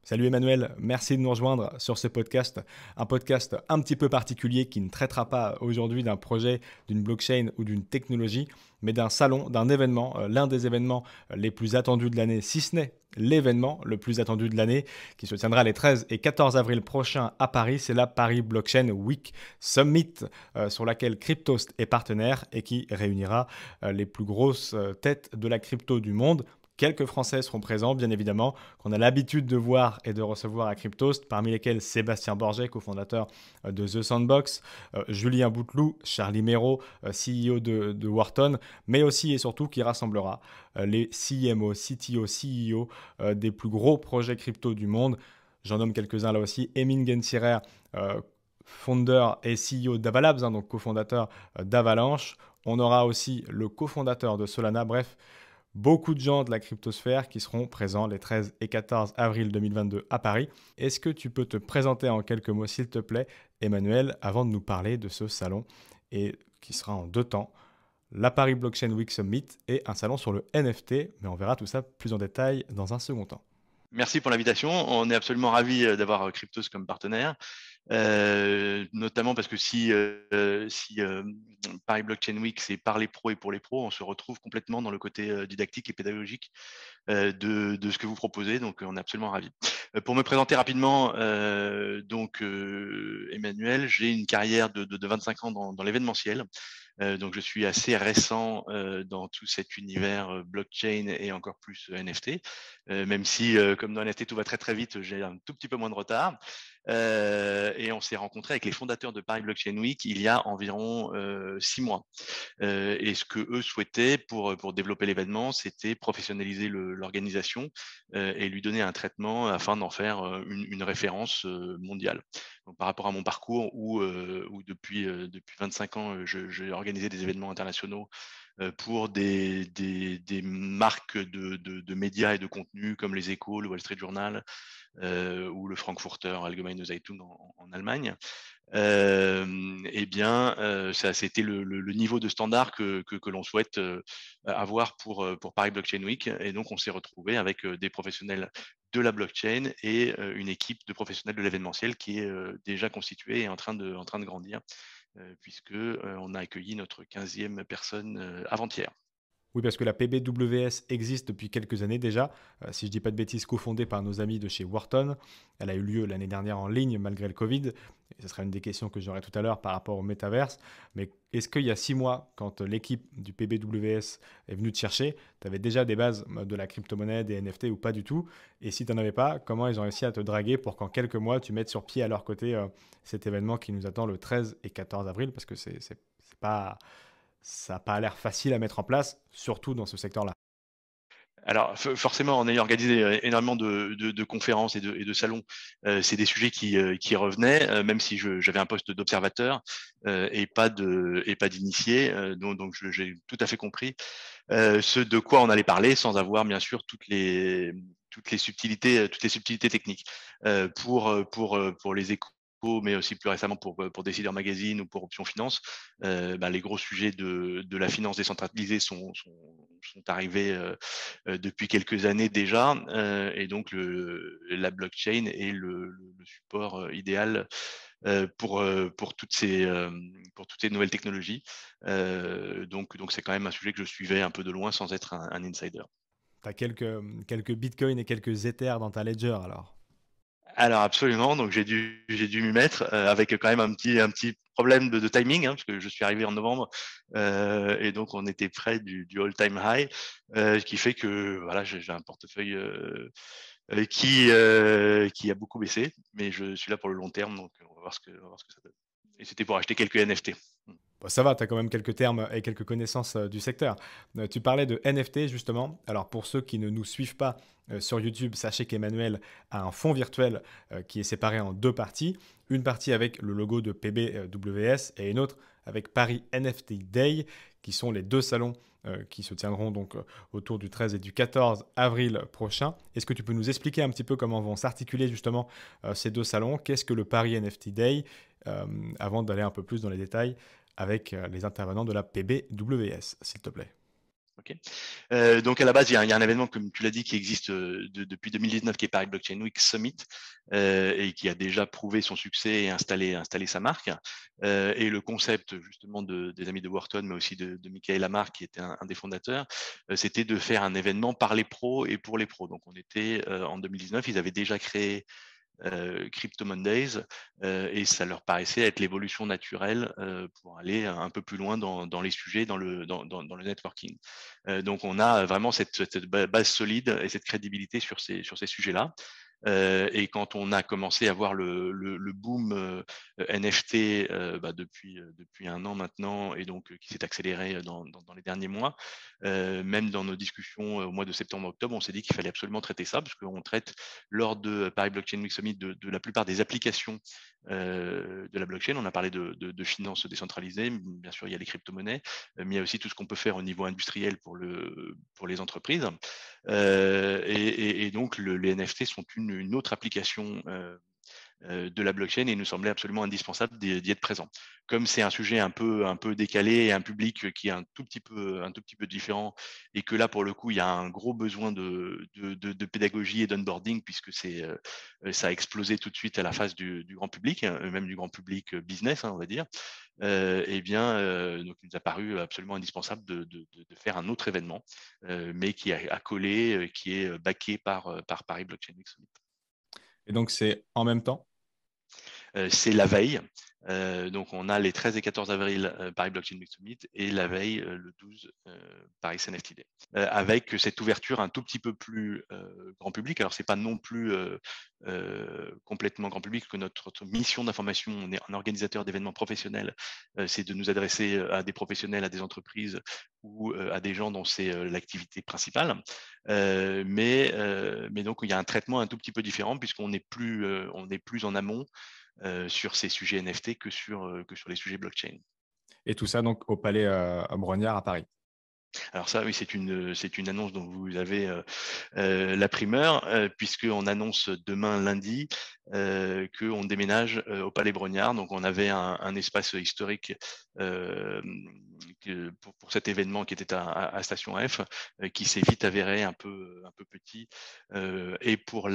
Salut Emmanuel, merci de nous rejoindre sur ce podcast. Un podcast un petit peu particulier qui ne traitera pas aujourd'hui d'un projet, d'une blockchain ou d'une technologie, mais d'un salon, d'un événement, l'un des événements les plus attendus de l'année, si ce n'est l'événement le plus attendu de l'année, qui se tiendra les 13 et 14 avril prochains à Paris. C'est la Paris Blockchain Week Summit, sur laquelle Cryptost est partenaire et qui réunira les plus grosses têtes de la crypto du monde. Quelques Français seront présents, bien évidemment, qu'on a l'habitude de voir et de recevoir à Cryptost, parmi lesquels Sébastien Borget, cofondateur de The Sandbox, Julien Bouteloup, Charlie Meyrault, CEO de Wharton, mais aussi et surtout qui rassemblera les CMO, CTO, CEO des plus gros projets crypto du monde. J'en nomme quelques-uns là aussi. Emin Gensirer, founder et CEO d'Avalabs, donc cofondateur d'Avalanche. On aura aussi le cofondateur de Solana. Bref, beaucoup de gens de la cryptosphère qui seront présents les 13 et 14 avril 2022 à Paris. Est-ce que tu peux te présenter en quelques mots, s'il te plaît, Emmanuel, avant de nous parler de ce salon et qui sera en deux temps, la Paris Blockchain Week Summit et un salon sur le NFT, mais on verra tout ça plus en détail dans un second temps. Merci pour l'invitation. On est absolument ravis d'avoir Cryptos comme partenaire, notamment parce que si Paris Blockchain Week, c'est par les pros et pour les pros, on se retrouve complètement dans le côté didactique et pédagogique de ce que vous proposez. Donc, on est absolument ravis. Pour me présenter rapidement, Emmanuel, j'ai une carrière de 25 ans dans l'événementiel. Donc, je suis assez récent dans tout cet univers blockchain et encore plus NFT, même si, comme dans NFT, tout va très très vite, j'ai un tout petit peu moins de retard. Et on s'est rencontré avec les fondateurs de Paris Blockchain Week il y a environ 6 mois. Et ce que eux souhaitaient pour développer l'événement, c'était professionnaliser l'organisation et lui donner un traitement afin d'en faire une référence mondiale. Donc, par rapport à mon parcours où depuis 25 ans, j'ai organisé des événements internationaux pour des marques de médias et de contenu comme les Échos, le Wall Street Journal ou le Frankfurter Allgemeine Zeitung en Allemagne. Ça, c'était le niveau de standard que l'on souhaite avoir pour Paris Blockchain Week. Et donc, on s'est retrouvé avec des professionnels de la blockchain et une équipe de professionnels de l'événementiel qui est déjà constituée et en train de grandir, puisque on a accueilli notre 15e personne avant-hier. Oui, parce que la PBWS existe depuis quelques années déjà, si je ne dis pas de bêtises, cofondée par nos amis de chez Wharton. Elle a eu lieu l'année dernière en ligne malgré le Covid. Et ce sera une des questions que j'aurai tout à l'heure par rapport au métaverse. Mais est-ce qu'il y a 6 mois, quand l'équipe du PBWS est venue te chercher, tu avais déjà des bases de la crypto-monnaie, des NFT ou pas du tout? Et si tu n'en avais pas, comment ils ont réussi à te draguer pour qu'en quelques mois, tu mettes sur pied à leur côté cet événement qui nous attend le 13 et 14 avril? Parce que c'est pas ça n'a pas l'air facile à mettre en place, surtout dans ce secteur-là. Alors, forcément, en ayant organisé énormément de conférences et de salons, c'est des sujets qui revenaient, même si j'avais un poste d'observateur et pas d'initié. Donc, j'ai tout à fait compris ce de quoi on allait parler, sans avoir bien sûr toutes les subtilités techniques. Pour les échos, mais aussi plus récemment pour Décideur Magazine ou pour Option Finance, les gros sujets de la finance décentralisée sont arrivés depuis quelques années déjà, et donc la blockchain est le support idéal pour toutes ces nouvelles technologies. Donc c'est quand même un sujet que je suivais un peu de loin sans être un insider. Tu as quelques bitcoins et quelques ethers dans ta ledger alors. Alors absolument, donc j'ai dû m'y mettre avec quand même un petit problème de timing, parce que je suis arrivé en novembre et donc on était près du all-time high, qui fait que voilà, j'ai un portefeuille qui a beaucoup baissé, mais je suis là pour le long terme, donc on va voir ce que ça donne. Et c'était pour acheter quelques NFT. Bon, ça va, tu as quand même quelques termes et quelques connaissances du secteur. Tu parlais de NFT justement. Alors pour ceux qui ne nous suivent pas sur YouTube, sachez qu'Emmanuel a un fonds virtuel qui est séparé en deux parties. Une partie avec le logo de PBWS et une autre avec Paris NFT Day, qui sont les deux salons qui se tiendront donc autour du 13 et du 14 avril prochain. Est-ce que tu peux nous expliquer un petit peu comment vont s'articuler justement ces deux salons? Qu'est-ce que le Paris NFT Day, avant d'aller un peu plus dans les détails avec les intervenants de la PBWS, s'il te plaît? Ok. Donc à la base, il y a un événement, comme tu l'as dit, qui existe depuis 2019, qui est Paris Blockchain Week Summit, et qui a déjà prouvé son succès et installé sa marque. Et le concept justement des amis de Wharton, mais aussi de Michael Lamar, qui était un des fondateurs, c'était de faire un événement par les pros et pour les pros. Donc on était en 2019, ils avaient déjà créé Crypto Mondays, et ça leur paraissait être l'évolution naturelle pour aller un peu plus loin dans les sujets, dans le networking. Donc on a vraiment cette base solide et cette crédibilité sur ces sujets-là. Et quand on a commencé à voir le boom NFT depuis un an maintenant, et donc qui s'est accéléré dans les derniers mois, même dans nos discussions au mois de septembre-octobre, on s'est dit qu'il fallait absolument traiter ça, parce qu'on traite lors de Paris Blockchain Week Summit de la plupart des applications de la blockchain. On a parlé de finances décentralisées, bien sûr il y a les crypto-monnaies, mais il y a aussi tout ce qu'on peut faire au niveau industriel pour les entreprises. Et donc les NFT sont une autre application de la blockchain, et il nous semblait absolument indispensable d'y être présent. Comme c'est un sujet un peu décalé et un public qui est un tout petit peu différent, et que là pour le coup il y a un gros besoin de pédagogie et d'onboarding, puisque ça a explosé tout de suite à la face du grand public, même du grand public business, on va dire. Donc il nous a paru absolument indispensable de faire un autre événement, mais qui a collé, qui est backé par Paris Blockchain Week Summit. Et donc, c'est en même temps? C'est la veille. Donc, on a les 13 et 14 avril Paris Blockchain Week Summit, et la veille, le 12, Paris CNFT Day. Avec cette ouverture un tout petit peu plus grand public. Alors, c'est pas non plus complètement grand public, que notre mission d'information, on est un organisateur d'événements professionnels, c'est de nous adresser à des professionnels, à des entreprises ou à des gens dont c'est l'activité principale. Mais donc, il y a un traitement un tout petit peu différent, puisqu'on est plus en amont sur ces sujets NFT que sur les sujets blockchain. Et tout ça donc au Palais Brognard à Paris. Alors ça, oui, c'est une annonce dont vous avez la primeur, puisqu'on annonce demain lundi qu'on déménage au Palais Brognard. Donc on avait un espace historique pour cet événement qui était à Station F, qui s'est vite avéré un peu petit. Et pour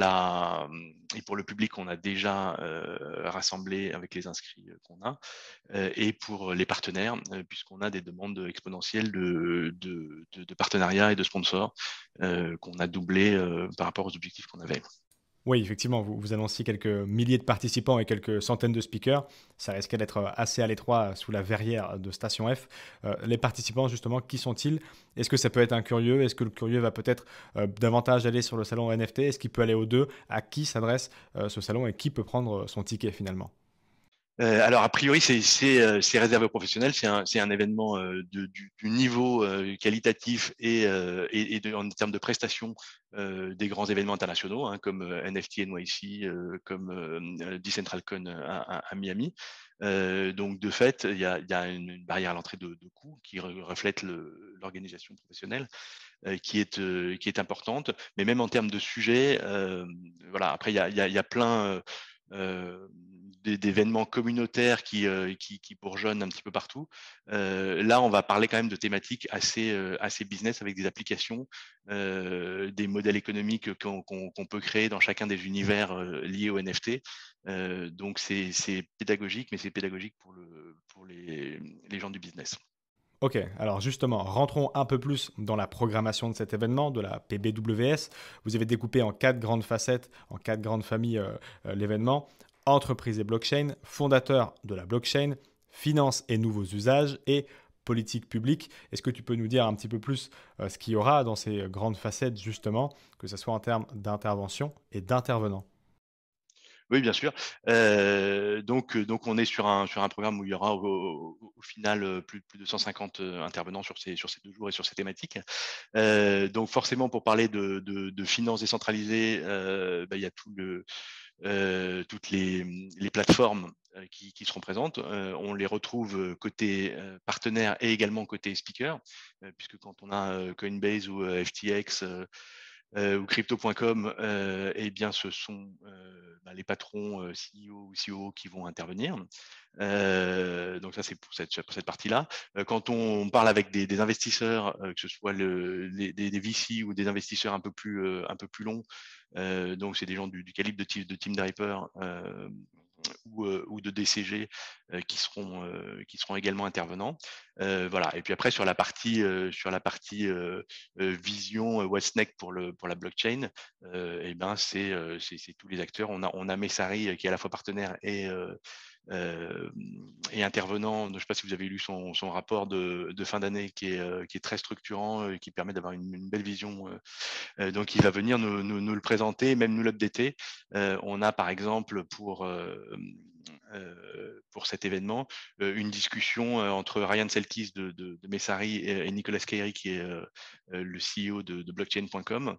le public qu'on a déjà rassemblé avec les inscrits qu'on a, et pour les partenaires, puisqu'on a des demandes exponentielles de partenariats et de sponsors qu'on a doublé par rapport aux objectifs qu'on avait. Oui, effectivement, vous annonciez quelques milliers de participants et quelques centaines de speakers. Ça risquait d'être assez à l'étroit sous la verrière de Station F. Les participants, justement, qui sont-ils? Est-ce que ça peut être un curieux? Est-ce que le curieux va peut-être davantage aller sur le salon NFT? Est-ce qu'il peut aller aux deux? À qui s'adresse ce salon et qui peut prendre son ticket finalement? Alors, a priori, c'est réservé aux professionnels. C'est un événement du niveau qualitatif et en termes de prestations des grands événements internationaux, hein, comme NFT NYC, comme DecentralCon à Miami. Donc, de fait, il y a une barrière à l'entrée de coûts qui reflète l'organisation professionnelle, qui est importante. Mais même en termes de sujets, voilà. Après, il y a plein d'événements communautaires qui bourgeonnent un petit peu partout. Là, on va parler quand même de thématiques assez business, avec des applications, des modèles économiques qu'on peut créer dans chacun des univers liés au NFT. Donc, c'est pédagogique, mais c'est pédagogique pour les gens du business. Ok, alors justement, rentrons un peu plus dans la programmation de cet événement, de la PBWS. Vous avez découpé en 4 grandes facettes, en 4 grandes familles l'événement. Entreprise et blockchain, fondateur de la blockchain, finance et nouveaux usages, et politique publique. Est-ce que tu peux nous dire un petit peu plus ce qu'il y aura dans ces grandes facettes, justement, que ce soit en termes d'intervention et d'intervenants? Oui, bien sûr. Donc on est sur un programme où il y aura au final plus de 150 intervenants sur ces 2 jours et sur ces thématiques. Donc forcément, pour parler de finances décentralisées, il y a toutes les plateformes qui seront présentes. On les retrouve côté partenaire et également côté speaker, puisque quand on a Coinbase ou FTX ou crypto.com, eh bien ce sont les patrons CEO ou COO qui vont intervenir. Donc ça, c'est pour cette partie-là. Quand on parle avec des investisseurs, que ce soit des VC ou des investisseurs un peu plus longs, donc c'est des gens du calibre de Tim Draper ou de DCG qui seront également intervenants. Voilà. Et puis après sur la partie vision what's next pour la blockchain, et ben c'est tous les acteurs. On a Messari qui est à la fois partenaire et intervenant. Je ne sais pas si vous avez lu son rapport de fin d'année qui est très structurant et qui permet d'avoir une belle vision. Donc, il va venir nous le présenter, même nous l'updater. On a par exemple pour cet événement une discussion entre Ryan Selkis de Messari et Nicolas Kairi qui est le CEO de blockchain.com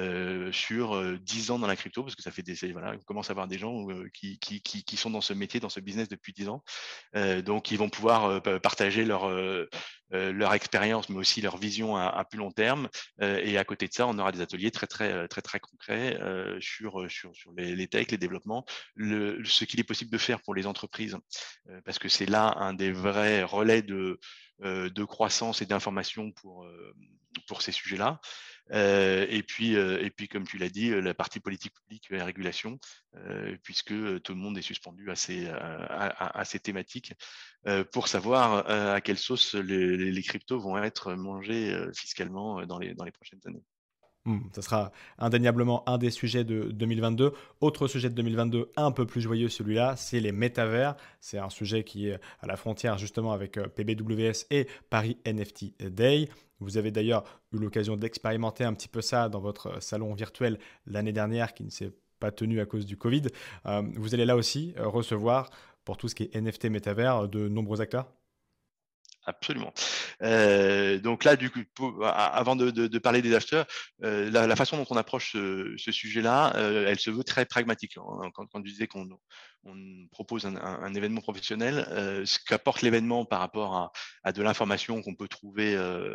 sur 10 ans dans la crypto, parce que ça fait voilà, on commence à avoir des gens qui sont dans ce métier, dans ce business depuis 10 ans. Donc, ils vont pouvoir partager leur expérience, mais aussi leur vision à plus long terme. Et à côté de ça, on aura des ateliers très concrets sur les techs, les développements, ce qu'il est possible de faire pour les entreprises, parce que c'est là un des vrais relais de croissance et d'information pour ces sujets-là. Et puis, comme tu l'as dit, la partie politique publique et régulation, puisque tout le monde est suspendu à ces thématiques pour savoir à quelle sauce les cryptos vont être mangés fiscalement dans les prochaines années. Ça sera indéniablement un des sujets de 2022. Autre sujet de 2022, un peu plus joyeux celui-là, c'est les métavers. C'est un sujet qui est à la frontière justement avec PBWS et Paris NFT Day. Vous avez d'ailleurs eu l'occasion d'expérimenter un petit peu ça dans votre salon virtuel l'année dernière qui ne s'est pas tenu à cause du Covid. Vous allez là aussi recevoir pour tout ce qui est NFT métavers de nombreux acteurs. Absolument. Donc là, du coup, avant de parler des acheteurs, la façon dont on approche ce sujet-là, elle se veut très pragmatique. Quand je disais qu'on propose un événement professionnel, ce qu'apporte l'événement par rapport à de l'information qu'on peut trouver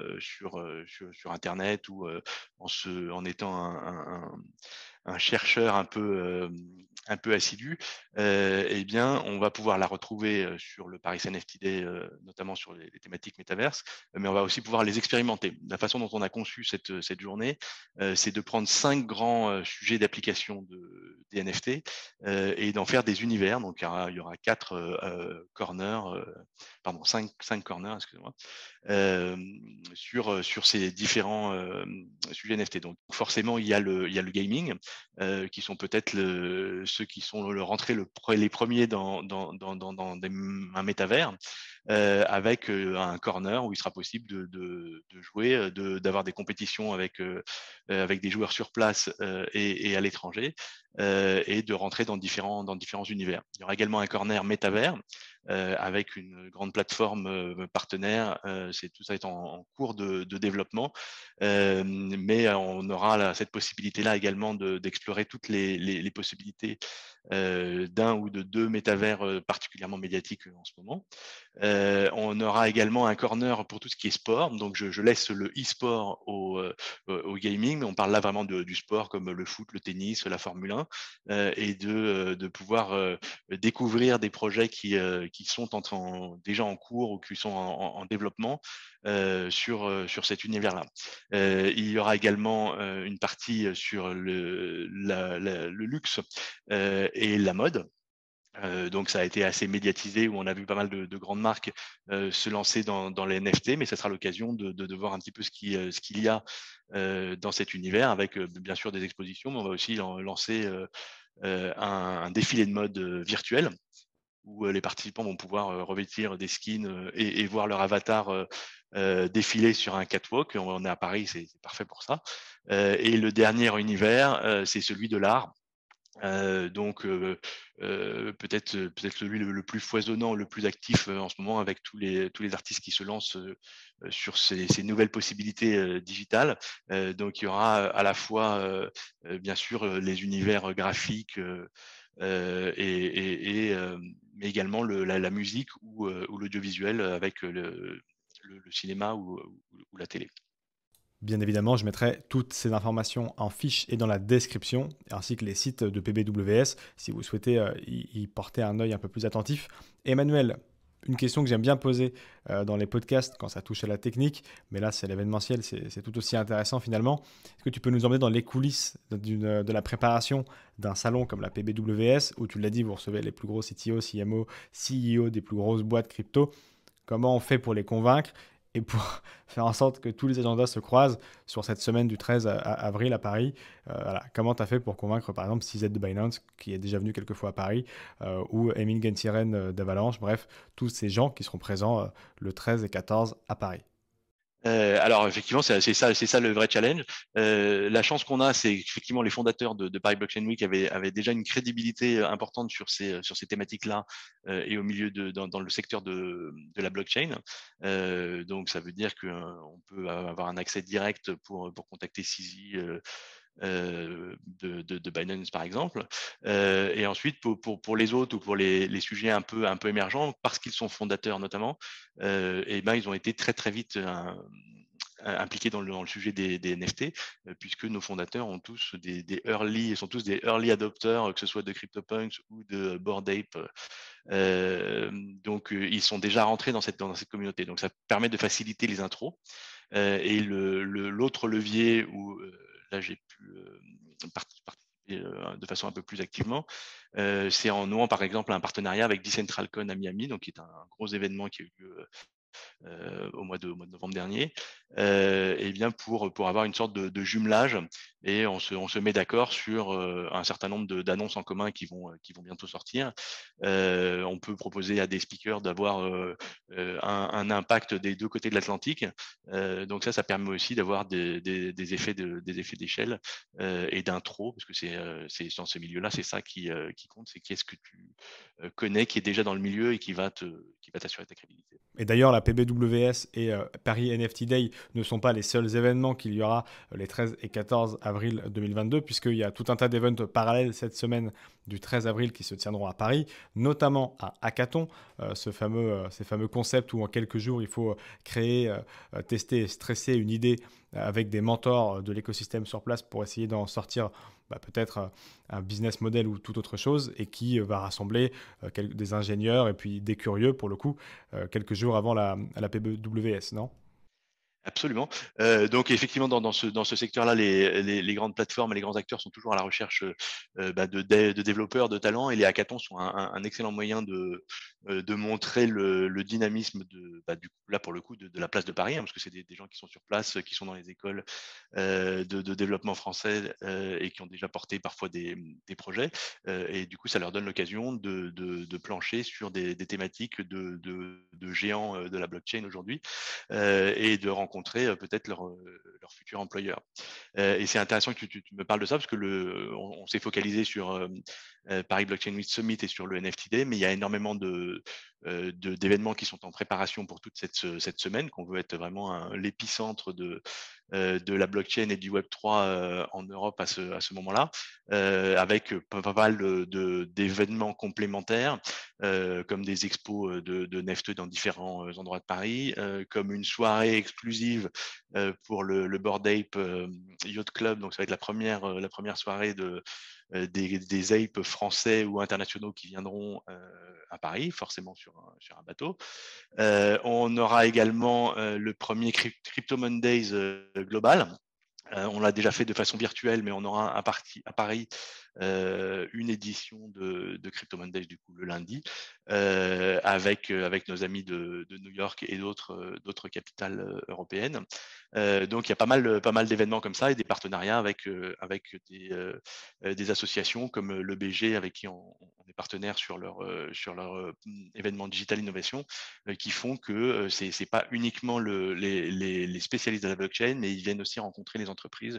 sur Internet ou en étant un chercheur un peu assidu, eh bien, on va pouvoir la retrouver sur le Paris NFT Day, notamment sur les thématiques métaverses, mais on va aussi pouvoir les expérimenter. La façon dont on a conçu cette journée, c'est de prendre 5 grands sujets d'application des NFT et d'en faire des univers. Donc, il y aura 4 corners, pardon, 5 corners, excusez-moi, sur ces différents sujets NFT. Donc, forcément, il y a le gaming, qui sont peut-être ceux qui sont rentrés les premiers dans un métavers, avec un corner où il sera possible de jouer, d'avoir des compétitions avec des joueurs sur place et à l'étranger, et de rentrer dans différents univers. Il y aura également un corner métavers avec une grande plateforme partenaire. Tout ça est en cours de développement, mais on aura cette possibilité-là également d'explorer toutes les possibilités d'un ou de 2 métavers particulièrement médiatiques en ce moment. On aura également un corner pour tout ce qui est sport. Donc, je laisse le e-sport au gaming, mais on parle là vraiment du sport comme le foot, le tennis, la Formule 1, et de pouvoir découvrir des projets qui sont déjà en cours ou qui sont en développement sur cet univers-là. Il y aura également une partie sur le luxe et la mode. Donc ça a été assez médiatisé où on a vu pas mal de grandes marques se lancer dans les NFT, mais ça sera l'occasion de voir un petit peu ce qu'il y a dans cet univers avec bien sûr des expositions, mais on va aussi lancer un défilé de mode virtuel où les participants vont pouvoir revêtir des skins et voir leur avatar défiler sur un catwalk. On est à Paris, c'est parfait pour ça. Et le dernier univers, c'est celui de l'art. Donc peut-être celui le plus foisonnant, le plus actif en ce moment avec tous les artistes qui se lancent sur ces nouvelles possibilités digitales. Donc il y aura à la fois bien sûr les univers graphiques mais également la musique ou l'audiovisuel avec le cinéma ou la télé. Bien évidemment, je mettrai toutes ces informations en fiche et dans la description, ainsi que les sites de PBWS, si vous souhaitez y porter un œil un peu plus attentif. Emmanuel, une question que j'aime bien poser dans les podcasts quand ça touche à la technique, mais là c'est l'événementiel, c'est tout aussi intéressant finalement. Est-ce que tu peux nous emmener dans les coulisses de la préparation d'un salon comme la PBWS, où tu l'as dit, vous recevez les plus gros CTO, CMO, CEO des plus grosses boîtes crypto. Comment on fait pour les convaincre et pour faire en sorte que tous les agendas se croisent sur cette semaine du 13 avril à Paris. Voilà. Comment tu as fait pour convaincre par exemple CZ de Binance, qui est déjà venu quelques fois à Paris, ou Emile Gensiren d'Avalanche, bref, tous ces gens qui seront présents le 13 et 14 à Paris. Alors effectivement, c'est ça le vrai challenge. La chance qu'on a, c'est effectivement les fondateurs de Paris Blockchain Week avaient déjà une crédibilité importante sur ces thématiques-là et au milieu dans le secteur de la blockchain. Donc ça veut dire qu'on peut avoir un accès direct pour contacter CZ. De Binance par exemple, et ensuite pour les autres ou pour les sujets un peu émergents, parce qu'ils sont fondateurs notamment, et ben ils ont été très vite impliqués dans le sujet des NFT, puisque nos fondateurs ont tous sont tous des early adopters, que ce soit de CryptoPunks ou de Bored Ape. Donc ils sont déjà rentrés dans cette communauté. Donc ça permet de faciliter les intros. Et l'autre levier où là j'ai pu participer de façon un peu plus activement, c'est en nouant par exemple un partenariat avec Decentralcon à Miami, donc qui est un gros événement qui a eu lieu au mois de novembre dernier, et bien pour avoir une sorte de jumelage, et on se met d'accord sur un certain nombre d'annonces en commun qui vont bientôt sortir. On peut proposer à des speakers d'avoir un impact des deux côtés de l'Atlantique. Donc ça permet aussi d'avoir des effets d'échelle et d'intro, parce que c'est dans ce milieu-là, c'est ça qui compte, c'est qui est-ce que tu connais, qui est déjà dans le milieu et qui va t'assurer ta crédibilité. Et d'ailleurs, la PBWS et Paris NFT Day ne sont pas les seuls événements qu'il y aura les 13 et 14 avril 2022, puisqu'il y a tout un tas d'événements parallèles cette semaine du 13 avril qui se tiendront à Paris, notamment un hackathon, ces fameux concepts où en quelques jours il faut créer, tester et stresser une idée avec des mentors de l'écosystème sur place pour essayer d'en sortir peut-être un business model ou toute autre chose, et qui va rassembler des ingénieurs et puis des curieux pour le coup, quelques jours avant la PBWS, non? Absolument. Donc effectivement, dans ce secteur-là, les grandes plateformes et les grands acteurs sont toujours à la recherche de développeurs, de talents, et les hackathons sont un excellent moyen de montrer le dynamisme du coup, là pour le coup de la place de Paris, hein, parce que c'est des gens qui sont sur place, qui sont dans les écoles de développement français et qui ont déjà porté parfois des projets, et du coup ça leur donne l'occasion de plancher sur des thématiques de géants de la blockchain aujourd'hui, et de rencontrer peut-être leur futur employeur. Et c'est intéressant que tu me parles de ça, parce que on s'est focalisé sur Paris Blockchain Week Summit et sur le NFT Day, mais il y a énormément d'événements qui sont en préparation pour toute cette semaine, qu'on veut être vraiment l'épicentre de la blockchain et du Web3 en Europe à ce moment-là, avec pas mal d'événements complémentaires, comme des expos de NFT dans différents endroits de Paris, comme une soirée exclusive pour le Bored Ape Yacht Club. Donc ça va être la première soirée des apes français ou internationaux qui viendront à Paris, forcément sur un bateau. On aura également le premier Crypto Mondays global. On l'a déjà fait de façon virtuelle, mais on aura à Paris une édition de Crypto Mondays du coup le lundi, avec nos amis de New York et d'autres capitales européennes. Donc il y a pas mal d'événements comme ça et des partenariats avec des associations comme le BG, avec qui on est partenaire sur leur événement Digital Innovation, qui font que c'est pas uniquement les spécialistes de la blockchain, mais ils viennent aussi rencontrer les entreprises,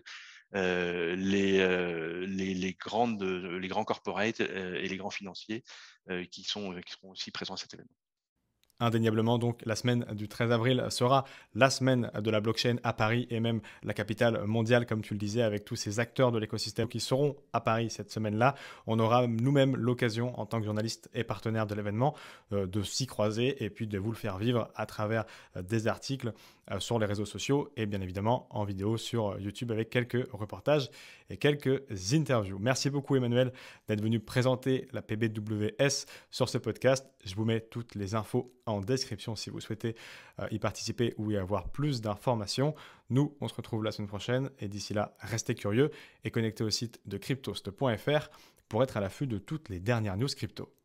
les grands corporates et les grands financiers qui seront aussi présents à cet événement. Indéniablement, donc, la semaine du 13 avril sera la semaine de la blockchain à Paris, et même la capitale mondiale, comme tu le disais, avec tous ces acteurs de l'écosystème qui seront à Paris cette semaine-là. On aura nous-mêmes l'occasion, en tant que journaliste et partenaire de l'événement, de s'y croiser et puis de vous le faire vivre à travers des articles sur les réseaux sociaux et bien évidemment en vidéo sur YouTube avec quelques reportages et quelques interviews. Merci beaucoup Emmanuel d'être venu présenter la PBWS sur ce podcast. Je vous mets toutes les infos en description si vous souhaitez y participer ou y avoir plus d'informations. Nous, on se retrouve la semaine prochaine et d'ici là, restez curieux et connectez au site de cryptost.fr pour être à l'affût de toutes les dernières news crypto.